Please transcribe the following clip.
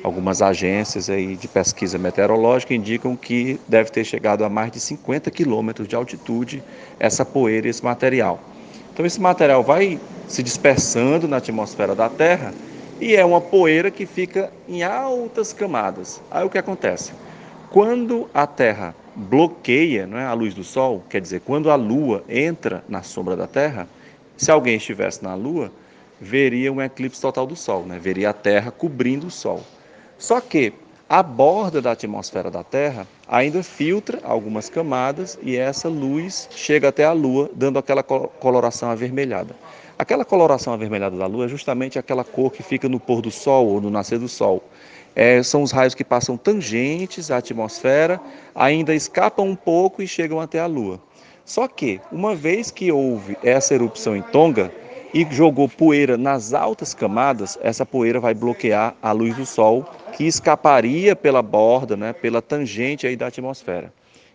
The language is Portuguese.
Algumas agências aí de pesquisa meteorológica indicam que deve ter chegado a mais de 50 quilômetros de altitude essa poeira, esse material. Então esse material vai se dispersando na atmosfera da Terra e é uma poeira que fica em altas camadas. Aí o que acontece? Quando a Terra bloqueia, não é, a luz do Sol, quer dizer, quando a Lua entra na sombra da Terra, se alguém estivesse na Lua, veria um eclipse total do Sol, né? Veria a Terra cobrindo o Sol. Só que a borda da atmosfera da Terra ainda filtra algumas camadas e essa luz chega até a Lua, dando aquela coloração avermelhada. Aquela coloração avermelhada da Lua é justamente aquela cor que fica no pôr do Sol ou no nascer do Sol. São os raios que passam tangentes à atmosfera, ainda escapam um pouco e chegam até a Lua. Só que, uma vez que houve essa erupção em Tonga e jogou poeira nas altas camadas, essa poeira vai bloquear a luz do Sol, que escaparia pela borda, né, pela tangente aí da atmosfera.